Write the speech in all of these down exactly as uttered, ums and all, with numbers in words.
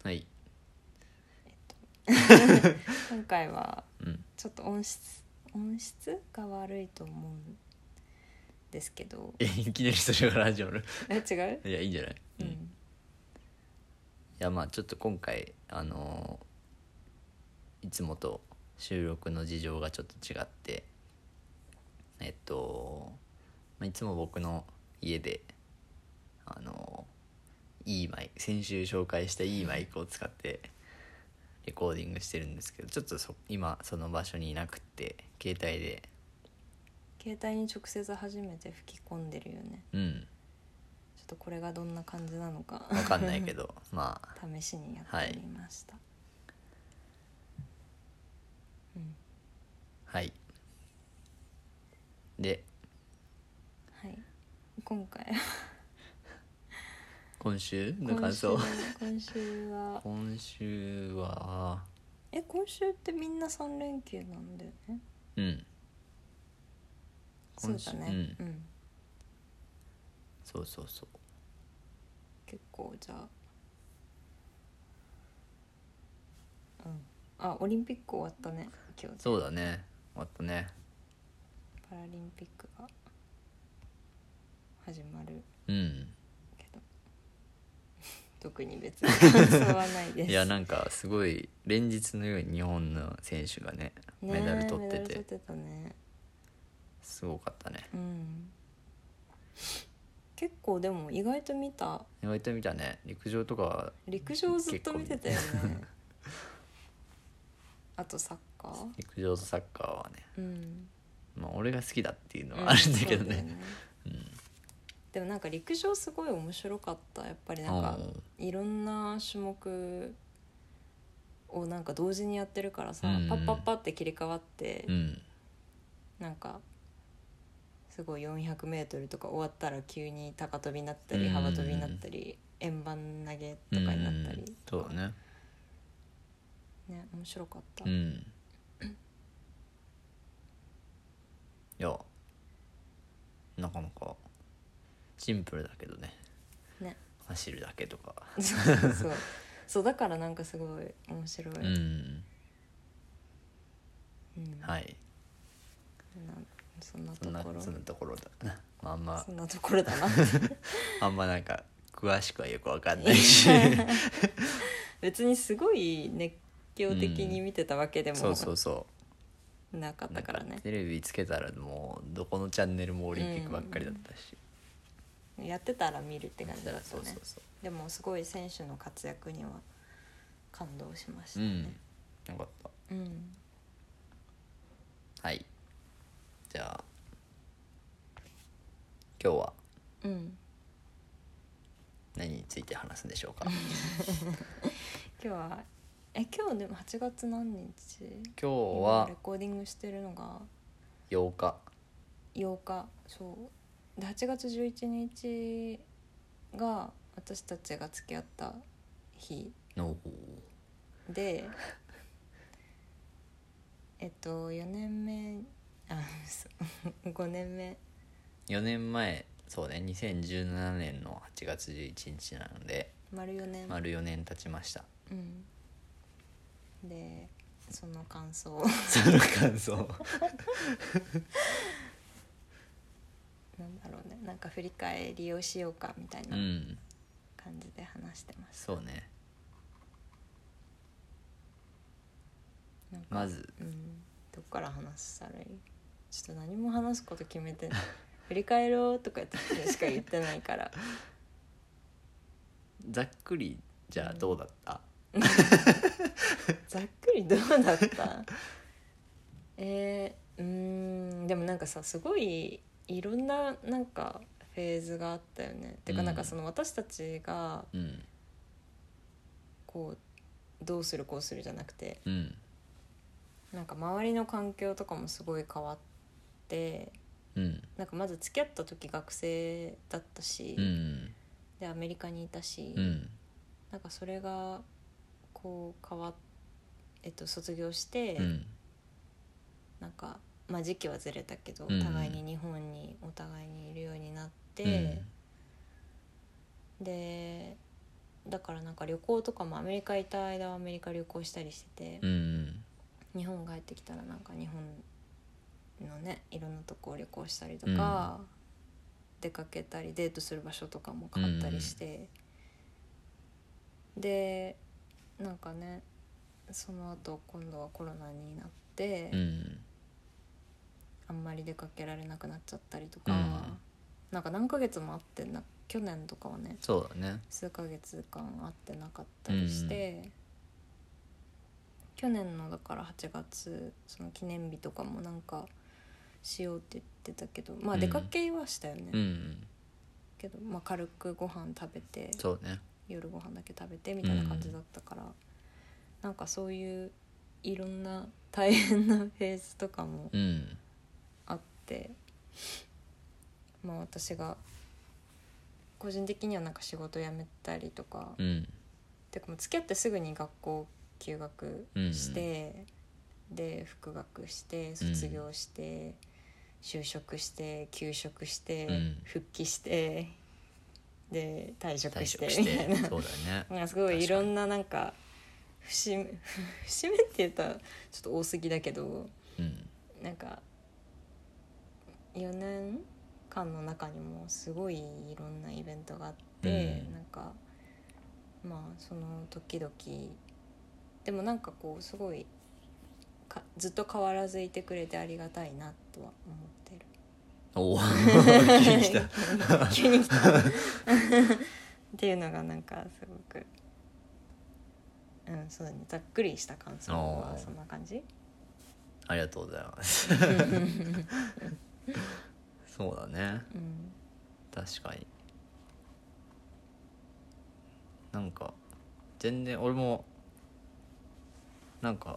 はい、 今回はうんちょっと音質音質が悪いと思うんですけどえいきなりそれから始まるえ違ういやいいんじゃない、うん、いうんやまあちょっと今回あのーいつもと収録の事情がちょっと違ってえっと、まあ、いつも僕の家であのいいマイク先週紹介したいいマイクを使ってレコーディングしてるんですけど、ちょっとそ今その場所にいなくって携帯で携帯に直接初めて吹き込んでるよね。 うんちょっとこれがどんな感じなのか分かんないけどまあ試しにやってみました、はいうんはいではい今回今週の感想今週今週は今週はえ今週ってみんなさん連休なんだよね。 うんそう今週だね、 ううんん、 そうそうそう結構じゃあうんあオリンピック終わったね今日で。 そうだね終わったねパラリンピックが始まるうんけど特に別に感想はないですいやなんかすごい連日のように日本の選手がねねメダル取ってメダル取てってたね。 すごかったね。 うん結構でも意外と見た。 意外と見たね。陸上とかは陸上ずっと見てたよねあとサッカー陸上とサッカーはね、 うんまあ俺が好きだっていうのはあるんだけどね、 うんそうだよねうんでもなんか陸上すごい面白かった。やっぱりなんかいろんな種目をなんか同時にやってるからさ、 うんパッパッパって切り替わって、 うんなんかすごいよんひゃくメートルとか終わったら急に高跳びになったりうん幅跳びになったり円盤投げとかになったり、 うんそうだねね面白かった、 うんいやなかなかシンプルだけどねね走るだけとかそうそうそうだからなんかすごい面白い、 うんうんはいなそんなそんなところそんなところだな、まあ、あんまそんなところだなあんまなんか詳しくはよくわかんないし別にすごい熱狂的に見てたわけでもそうそうそなかっうたからね。 テレビつけたらもうどこのチャンネルもオリンピックばっかりだったし、 やってたら見るって感じだったね。 そうそうそうでもすごい選手の活躍には感動しましたうんね。 よかったうん、 はいじゃあ今日はうん、 何について話すんでしょうか今日はえ今日でもはちがつ何日？ 今日今はレコーディングしてるのがようかようかそうではちがつじゅういちにちが私たちが付き合った日のでえっとよねんめあそうごねんめよねんまえそうねにせんじゅうななねんのはちがつじゅういちにちなので丸よねん、 丸よねん経ちましたうんでその感想その感想なんだろうねなんか振り返りをしようかみたいなうん感じで話してました、 そうねなんかまずうん、どっから話したらいい？ちょっと何も話すこと決めてない振り返ろうとか言ってしか言ってないからざっくりじゃあどうだった、 ざっくりどうだったえー、うーんでもなんかさすごいいろんななんかフェーズがあったよね。てかなんかその私たちがうんこうどうするこうするじゃなくてうんなんか周りの環境とかもすごい変わってうんなんかまず付き合った時学生だったし、 うんでアメリカにいたし、 うんなんかそれがこう変わっ、えっと、卒業して、 うんなんか、まあ、時期はずれたけど、 うん互いに日本にお互いにいるようになって、でだからなんか旅行とかもアメリカいた間はアメリカ旅行したりしてて、 うん日本帰ってきたらなんか日本のねいろんなとこを旅行したりとか、出かけたりデートする場所とかも変わったりして、でなんかねその後今度はコロナになって、 うんあんまり出かけられなくなっちゃったりとか、 うんなんか何ヶ月もあってな去年とかはねそうだね数ヶ月間会ってなかったりして、去年のだからはちがつその記念日とかもなんかしようって言ってたけど、まあ出かけはしたよね、 うんうんけど、まあ、軽くご飯食べてそうね夜ご飯だけ食べてみたいな感じだったから、なんかそういういろんな大変なフェーズとかもうんあって、まあ私が個人的にはなんか仕事辞めたりとか、 うんてかもう付き合ってすぐに学校休学して、で復学して卒業して、就職して休職して、 うん復帰してで退職退して職しみたいな、 てそうだねなんかすごいいろんななんか節目節目って言ったらちょっと多すぎだけど、 うんなんかよねんかんの中にもすごいいろんなイベントがあって、 うんなんかまあその時々でもなんかこうすごいかずっと変わらずいてくれてありがたいなとは思ってる。 おお急に来た急に来たっていうのがなんかすごくうんそうだね、ざっくりした感想はそんな感じ。 ありがとうございますそうだね、 うん、 確かになんか全然俺もなんか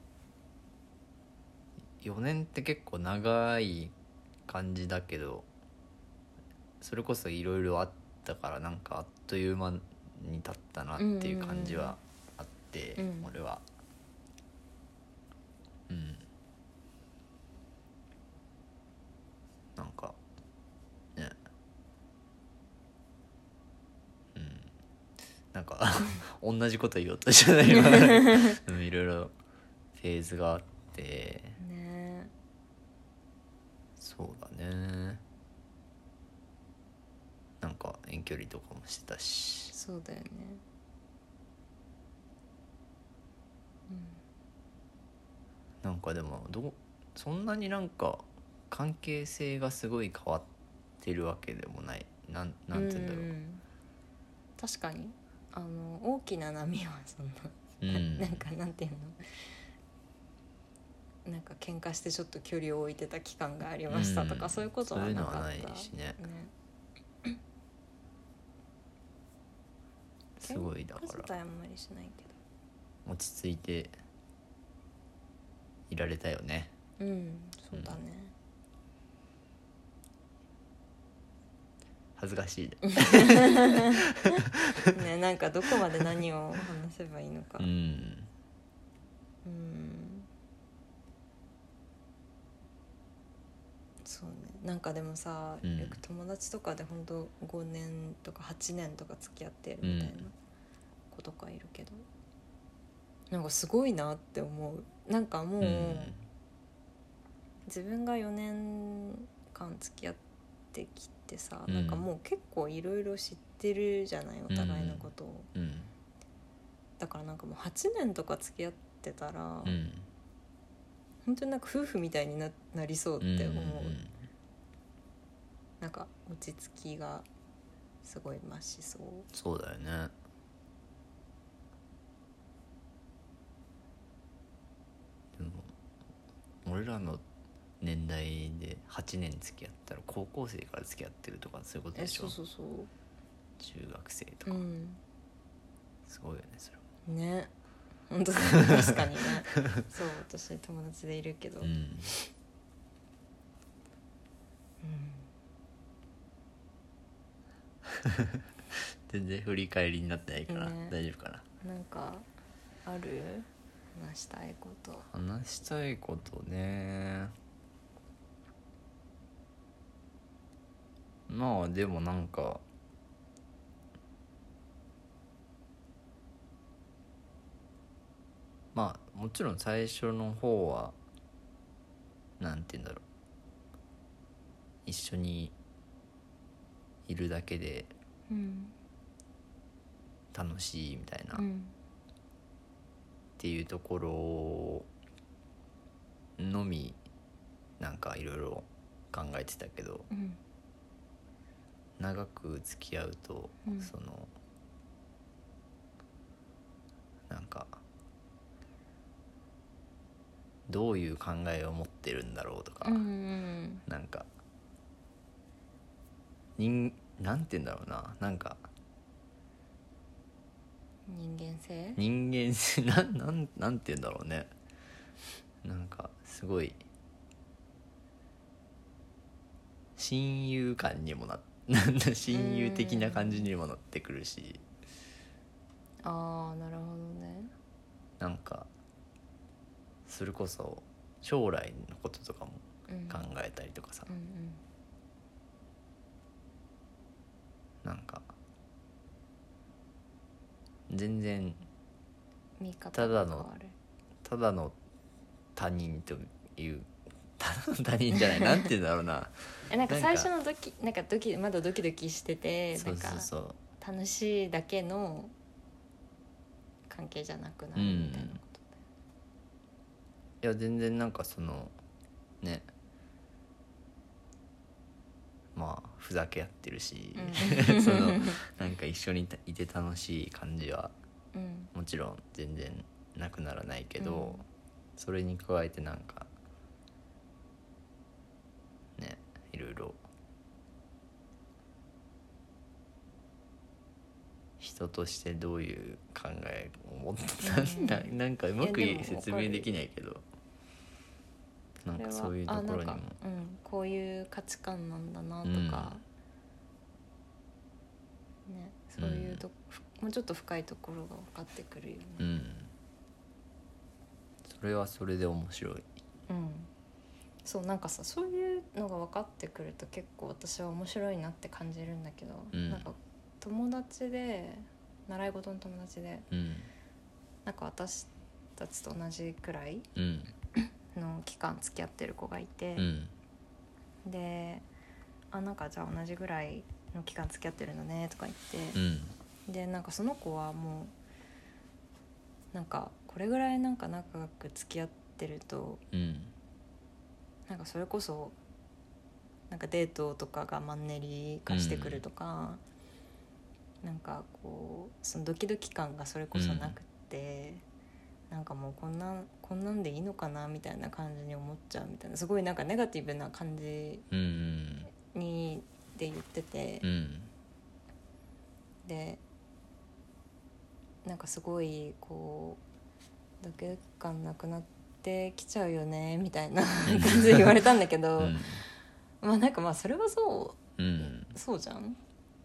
よねんって結構長い感じだけど、それこそいろいろあったからなんかあっという間に経ったなっていう感じはあって、 うんうんうん、 俺はうんなんかねうんなんか同じこと言おうとしてない今でもいろいろフェーズがあってね、 そうだね、なんか遠距離とかもしてたし、 そうだよね、 うん、なんかでもどうそんなになんか関係性がすごい変わってるわけでもない、なんなんて言うんだろう、 うん、確かにあの大きな波はそんな、 うん、 な, なんかなんていうのなんか喧嘩してちょっと距離を置いてた期間がありましたとか、 うん、 そういうことはなかった、 そういうのはないしね、 ね、 すごいだか自ら体あんまりしないけど落ち着いていられたよね。 うんそうだね、 恥ずかしいね、なんかどこまで何を話せばいいのか、 うんうんそうね、なんかでもさ、 うんよく友達とかでほんとごねんとかはちねんとか付き合ってるみたいな子とかいるけど、なんかすごいなって思う。なんかもう、 うん、 自分がよねんかん付き合ってきてさ、 うん、 なんかもう結構いろいろ知ってるじゃない、お互いのことを、 うん、 だからなんかもうはちねんとか付き合ってたら、 うん、 本当になんか夫婦みたいに な, なりそうって思う、 うんうん、 なんか落ち着きがすごい増しそう。 そうだよね。でも俺らの年代ではちねん付き合ったら高校生から付き合ってるとかそういうことえでしょ。 そうそうそう、 中学生とか、 うんすごいよねそれもね、本当だ確かにねそう私友達でいるけど、 うん、 うん全然振り返りになってないから、 ね、 大丈夫かな。 なんかある話したいこと。 話したいことね、まあでもなんかもちろん最初の方はなんて言うんだろう、一緒にいるだけでうん楽しいみたいな、っうんていうところのみなんかいろいろ考えてたけど、 うん長く付き合うと、 うんそのなんかどういう考えを持ってるんだろうとか、 うんうんなんか人なんて言うんだろうな、なんか人間性人間性なんなんなんて言うんだろうね、なんかすごい親友感にもななんだ親友的な感じにもなってくるし、 ああなるほどねなんかそれこそ将来のこととかもうん考えたりとかさ、 うんなんか全然うん見方ただのが変わるただの他人というただの他人じゃないなんて言うんだろうなえなんかなんか最初のドキなんかドキまだドキドキしててそうそうなんそうか楽しいだけの関係じゃなくなるみたいなこといや全然なんかそのねまあふざけ合ってるし、 うんそのなんか一緒にいて楽しい感じはうんもちろん全然なくならないけど、 うんそれに加えてなんかねいろいろ人としてどういう考えを持ってた、 うんななんかうまくいやでも説明できないけど、なんかそういうところにもあなんか、うん、こういう価値観なんだなとか、ね、そういうと、もうちょっと深いところが分かってくるよね。 うん、それはそれで面白い。 うんそうなんかさそういうのが分かってくると結構私は面白いなって感じるんだけど、 うんなんか友達で習い事の友達でうんなんか私たちと同じくらいうんの期間付き合ってる子がいて、 うんであなんかじゃあ同じぐらいの期間付き合ってるのねとか言っうて、 んでなんかその子はもうなんかこれぐらいなんか仲良く付き合ってるとうんなんかそれこそなんかデートとかがマンネリ化してくるとか、なんかこうそのドキドキ感がそれこそなくって、なんかもうこんなこんなんでいいのかなみたいな感じに思っちゃうみたいな、すごいなんかネガティブな感じうんにで言ってて、 うんでなんかすごいこうドキドキ感なくなってきちゃうよねみたいな感じで言われたんだけど、 うんまあなんかまあそれはそううんそうじゃん。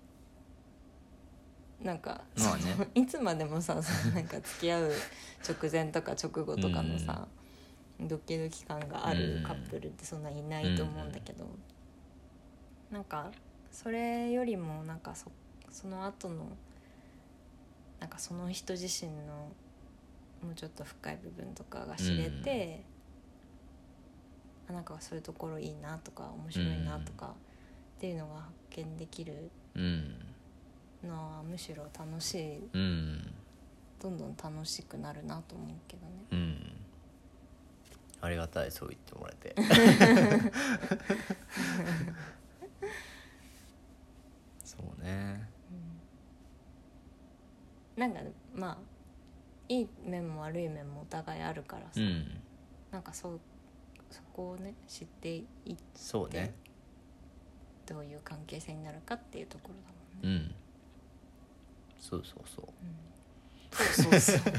なんか、 まあねそのいつまでもさそのなんか付き合う直前とか直後とかのさ、ドキドキ感があるカップルってそんないないと思うんだけど、なんかそれよりもなんか そ, その後のなんかその人自身のもうちょっと深い部分とかが知れて、あなんかそういうところいいなとか面白いなとかっていうのが発見できるうんのはむしろ楽しい、 うんどんどん楽しくなるなと思うけどね。 うんありがたいそう言ってもらえてそうねうん、なんかまあいい面も悪い面もお互いあるからさ、 うんなんかそうそこをね知っていってそうねどういう関係性になるかっていうところだもんね。 うんそうそうそうそうそうそう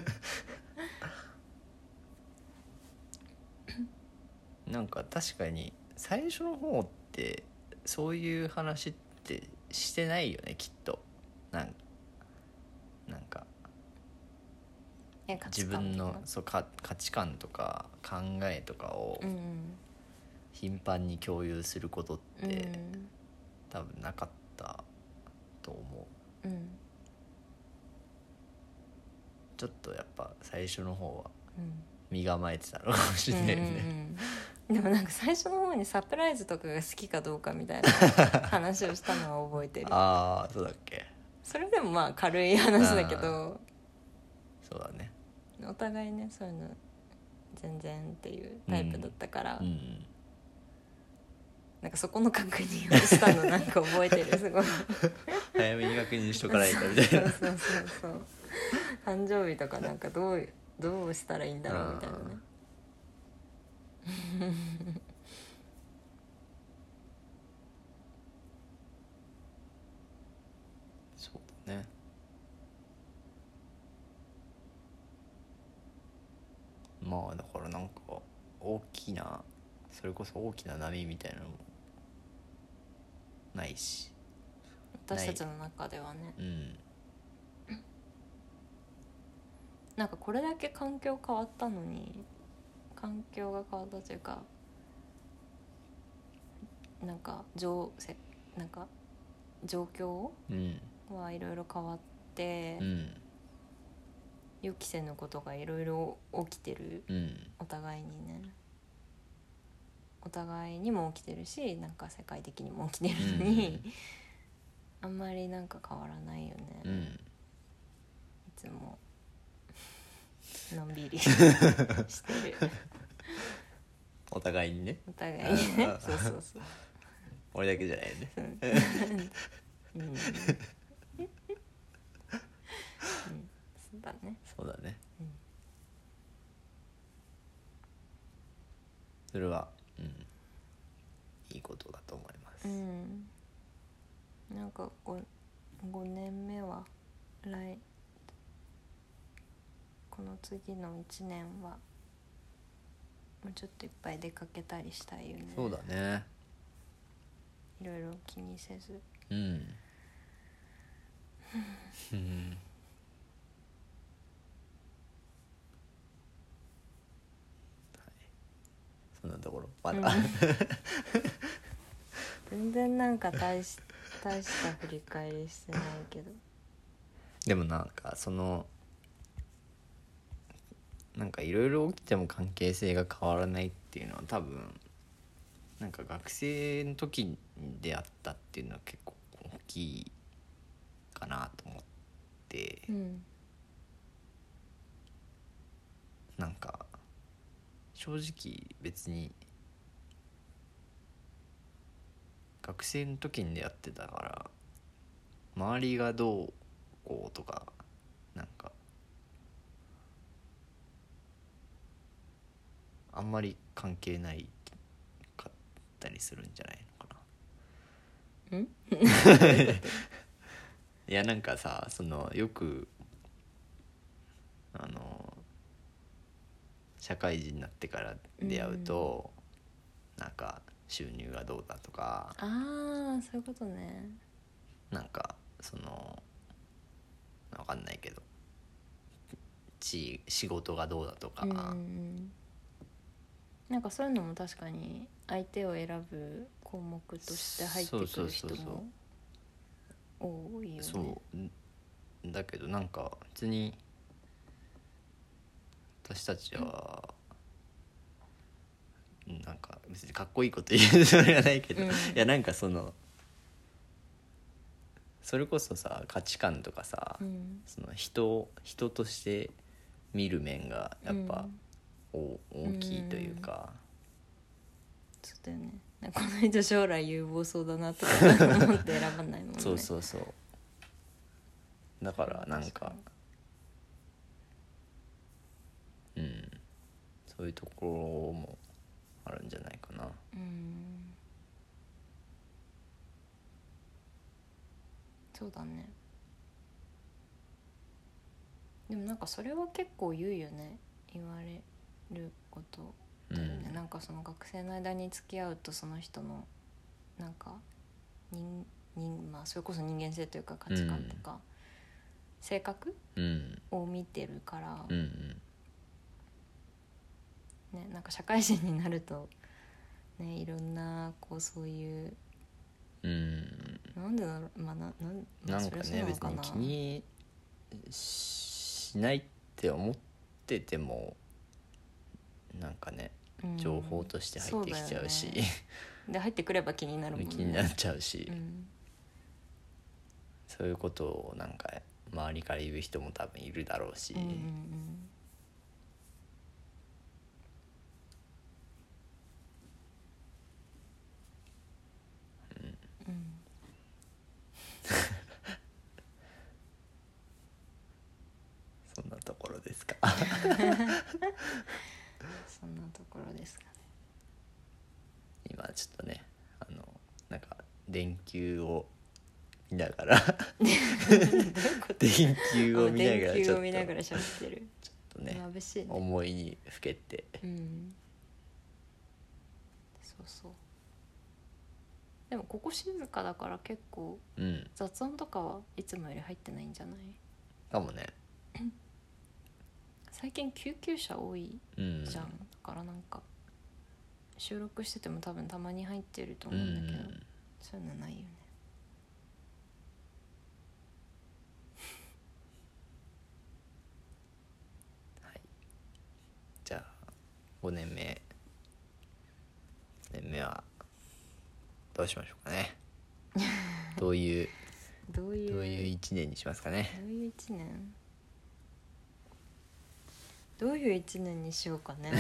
なんか確かに最初の方ってそういう話ってしてないよねきっと。なんなんかえ価値自分観的なのそうか価値観とか考えとかをうん頻繁に共有することっうんて、多分なかったと思う。 うんちょっとやっぱ最初の方は身構えてたのかもしれないよね、 うんうんうん、でもなんか最初の方にサプライズとかが好きかどうかみたいな話をしたのは覚えてるああそうだっけ。 それでもまあ軽い話だけどそうだね。 お互いねそういうの全然っていうタイプだったから、 うんうん、 なんかそこの確認をしたのなんか覚えてるすごい早めに確認しとかないとみたいなそうそうそうそう誕生日とかなんかどうどうしたらいいんだろうみたいなねそうだね。まあだからなんか大きなそれこそ大きな波みたいなのもないし私たちの中ではね、 うん、 なんかこれだけ環境変わったのに環境が変わったというかなんか状せなんか状況はいろいろ変わって、 うん、 予期せぬことがいろいろ起きてる、 うん、 お互いにねお互いにも起きてるしなんか世界的にも起きてるのに、うん、あんまりなんか変わらないよね、 うん、いつものんびりしてるお互いにねお互いにねそうそうそう俺だけじゃないよねうん、うん、そうだねそうだね、 うん、 それは、うん、いいことだと思います、 うん、なんか 5, 5年目は来この次のいちねんはもうちょっといっぱい出かけたりしたいよね。 そうだね、 いろいろ気にせずうんうんそんなところまだ、うん、 全然なんか大し、大した振り返りしてないけどでもなんかそのなんかいろいろ起きても関係性が変わらないっていうのは多分なんか学生の時に出会ったっていうのは結構大きいかなと思って、 うん、 なんか正直別に学生の時に出会ってたから周りがどうこうとかなんかあんまり関係ないかったりするんじゃないのかな。んいやなんかさそのよくあの社会人になってから出会うと、うん、なんか収入がどうだとかああそういうことねなんかその分かんないけどち仕事がどうだとか、うん、 なんかそういうのも確かに相手を選ぶ項目として入ってくる人も多いよね。 そうだけどなんか別に私たちは、うん、なんか別にかっこいいこと言うつもりはないけど、うん、いやなんかそのそれこそさ価値観とかさ、うん、その人人として見る面がやっぱ、うん、お大きいというか、 うん、そうだよね。この人将来有望そうだなとか思って選ばないもんね。 そうそうそうだからなんかうんそういうところもあるんじゃないかな。 うんそうだね。でもなんかそれは結構言うよね言われることだよね、うん、なんかその学生の間に付き合うとその人のなんか人人まあそれこそ人間性というか価値観とか、うん、性格、うん、を見てるから、うんうんね、なんか社会人になるとねいろんなこうそういううんなんでだろうまあななん、まあ、 なんかね別に気にしないって思っててもなんかねうん情報として入ってきちゃうし、 そうだよねで入ってくれば気になるもんね気になっちゃうし、 うんそういうことをなんか周りから言う人も多分いるだろうし、 うんうんうんうんそんなところですかそんなところですかね。 今ちょっとねあのなんか電球を見ながら電球を見ながら電球ちょっとを見ながら喋ってる。 ちょっとね眩しいね。 思いにふけて、 うん。そうそう。でもここ静かだから結構うん雑音とかはいつもより入ってないんじゃない？ かもね、 最近救急車多いうんじゃん。だからなんか収録してても多分たまに入ってるとう思うんだけど、 んそういうのないよね。 じゃあごねんめごねんめはどうしましょうかねどういうどういうどういういちねんにしますかね。 どういう一年どういう一年にしようかね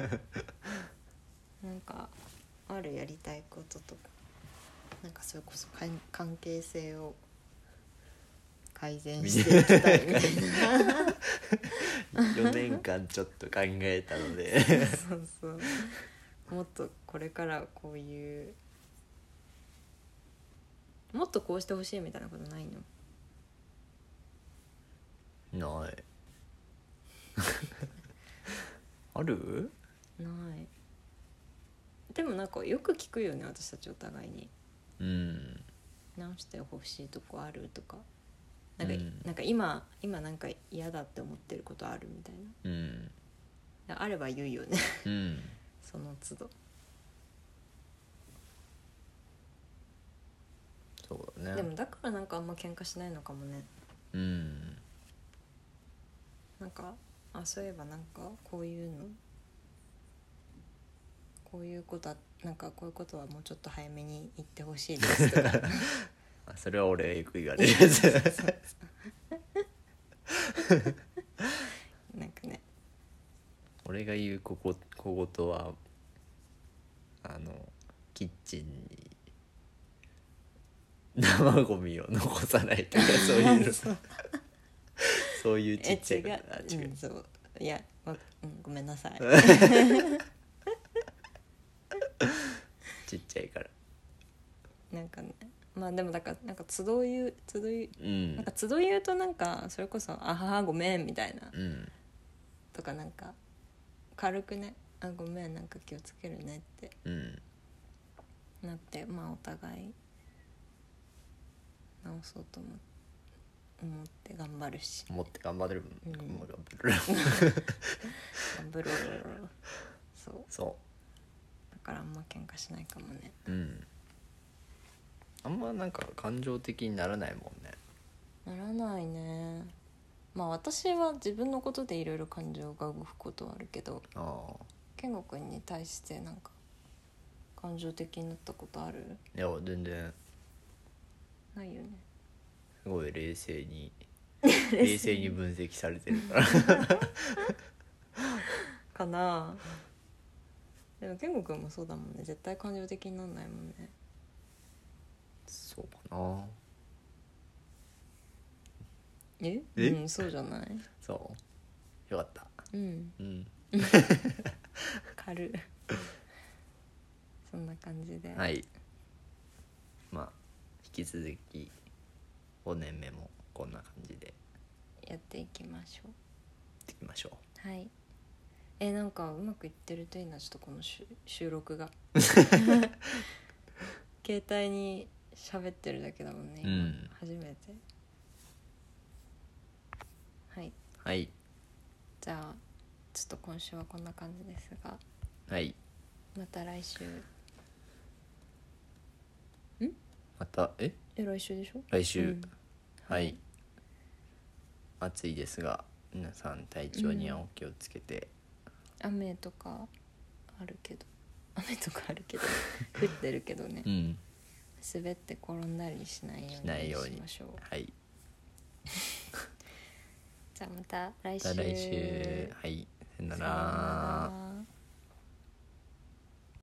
なんかあるやりたいこととかなんかそれこそかん関係性を改善していきたいみたいなよねんかんちょっと考えたのでそうそうもっとこれからこういうもっとこうしてほしいみたいなことないの？ ないある？ ないでもなんかよく聞くよね私たちお互いにうん直してほしいとこあるとかなんか、 うんなんか今今なんか嫌だって思ってることあるみたいうんなあれば言うよねうんその都度そうだね。 でもだからなんかあんま喧嘩しないのかもね。 うんなんかあそういえばなんかこういうのこういうことはなんかこういうことはもうちょっと早めに言ってほしいですとかあそれは俺よく言われるやつなんかね俺が言うここ小言はあのキッチンに生ゴミを残さないとかそういうのそういうちっちゃいことえ違うあ違う、 うん、そういや、わうん、ごめんなさいちっちゃいからなんかねまあでもだからなんか集い言う集いうんなんか集い言うとなんかそれこそあははごめんみたいなうんとかなんか軽くねあごめんなんか気をつけるねってうんなってまあお互い直そうと思思って頑張るし思って頑張れる、 うん頑張る頑張るそうそだからあんま喧嘩しないかもね。 ううんあんまなんか感情的にならないもんね。 ならないね。まあ私は自分のことでいろいろ感情が動くことはあるけどああ健吾君に対してなんか感情的になったことある？ いや全然ないよね。 すごい冷静に冷静に分析されてるからかな。でも健吾君もそうだもんね。絶対感情的になんないもんね。 そうかな。 え？ えうんそうじゃない？ そうよかったうんうん軽いそんな感じで、 はいまあ引き続きごねんめもこんな感じでやっていきましょう。 いきましょう。 はいえなんかうまくいってるといいな。ちょっとこのしゅ収録が携帯に喋ってるだけだもんね今、 うん初めて。はいはいじゃあちょっと今週はこんな感じですがはいまた来週。 またええ来週でしょ？ 来週、 うんはい暑いですが皆さん体調にはお気をつけて雨とかあるけど雨とかあるけど降ってるけどね、 うん滑って転んだりしないよしうにないようにしましょう。 はいじゃあまた来週。 また来週はいさよなさよなら。 ら。